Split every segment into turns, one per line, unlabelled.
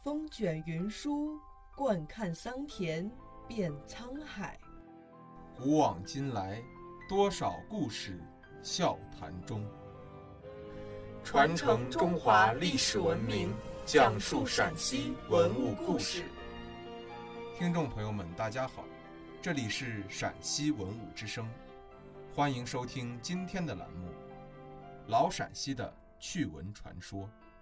风卷云舒，惯看桑田变沧海。
古往今来，多少故事笑谈中。
传承中华历史文明，讲述陕西文物故事。
听众朋友们，大家好，这里是陕西文物之声，欢迎收听今天的栏目《老陕西的趣闻传说》。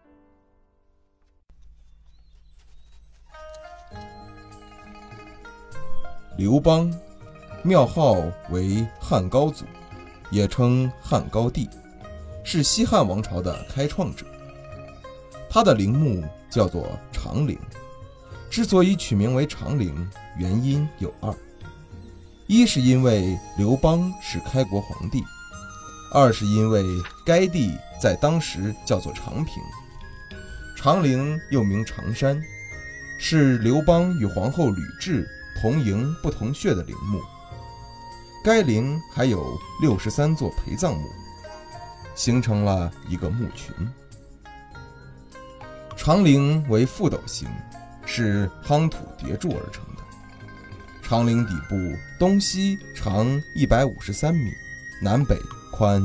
刘邦，庙号为汉高祖，也称汉高帝，是西汉王朝的开创者。他的陵墓叫做长陵，之所以取名为长陵，原因有二：一是因为刘邦是开国皇帝，二是因为该地在当时叫做长平。长陵又名长山，是刘邦与皇后吕雉同营不同穴的陵墓。该陵还有63座陪葬墓，形成了一个墓群。长陵为覆斗形，是夯土叠筑而成的。长陵底部东西长153米，南北宽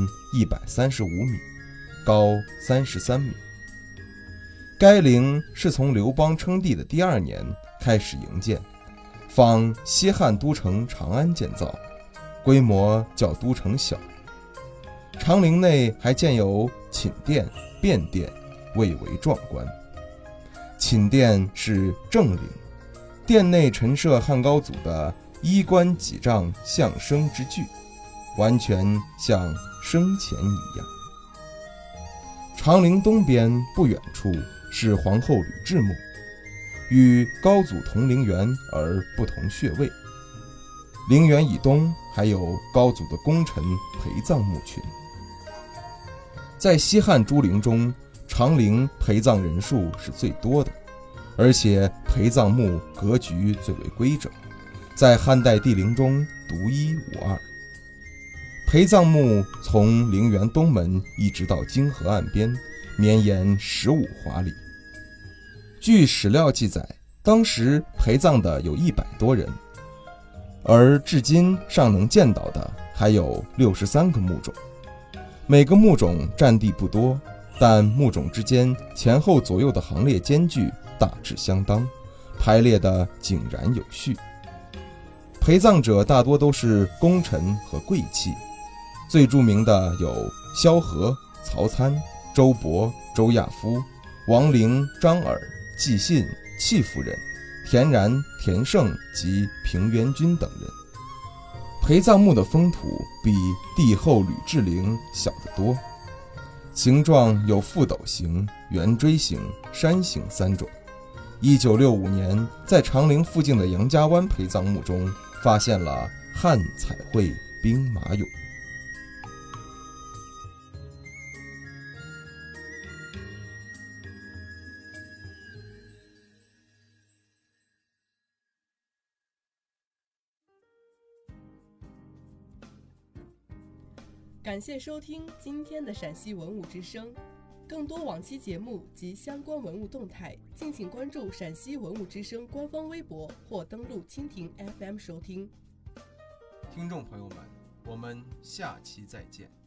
135米，高33米。该陵是从刘邦称帝的第2年开始营建，仿西汉都城长安建造，规模较都城小。长陵内还建有寝殿、便殿，蔚为壮观。寝殿是正陵，殿内陈设汉高祖的衣冠几丈象声之具，完全像生前一样。长陵东边不远处是皇后吕雉墓，与高祖同陵园而不同穴位。陵园以东还有高祖的功臣陪葬墓群。在西汉诸陵中，长陵陪葬人数是最多的，而且陪葬墓格局最为规整，在汉代帝陵中独一无二。陪葬墓从陵园东门一直到泾河岸边，绵延15华里。据史料记载，当时陪葬的有100多人，而至今尚能见到的还有63个墓冢。每个墓冢占地不多，但墓冢之间前后左右的行列间距大致相当，排列得井然有序。陪葬者大多都是功臣和贵戚，最著名的有萧何、曹参、周勃、周亚夫、王陵、张耳、纪信、戚夫人、田然、田胜及平原君等人。陪葬墓的封土比帝后吕雉陵小得多，形状有覆斗形、圆锥形、山形3种。1965年，在长陵附近的杨家湾陪葬墓中发现了汉彩绘兵马俑。
感谢收听今天的陕西文物之声，更多往期节目及相关文物动态，敬请关注陕西文物之声官方微博或登录蜻蜓 FM 收听。
听众朋友们，我们下期再见。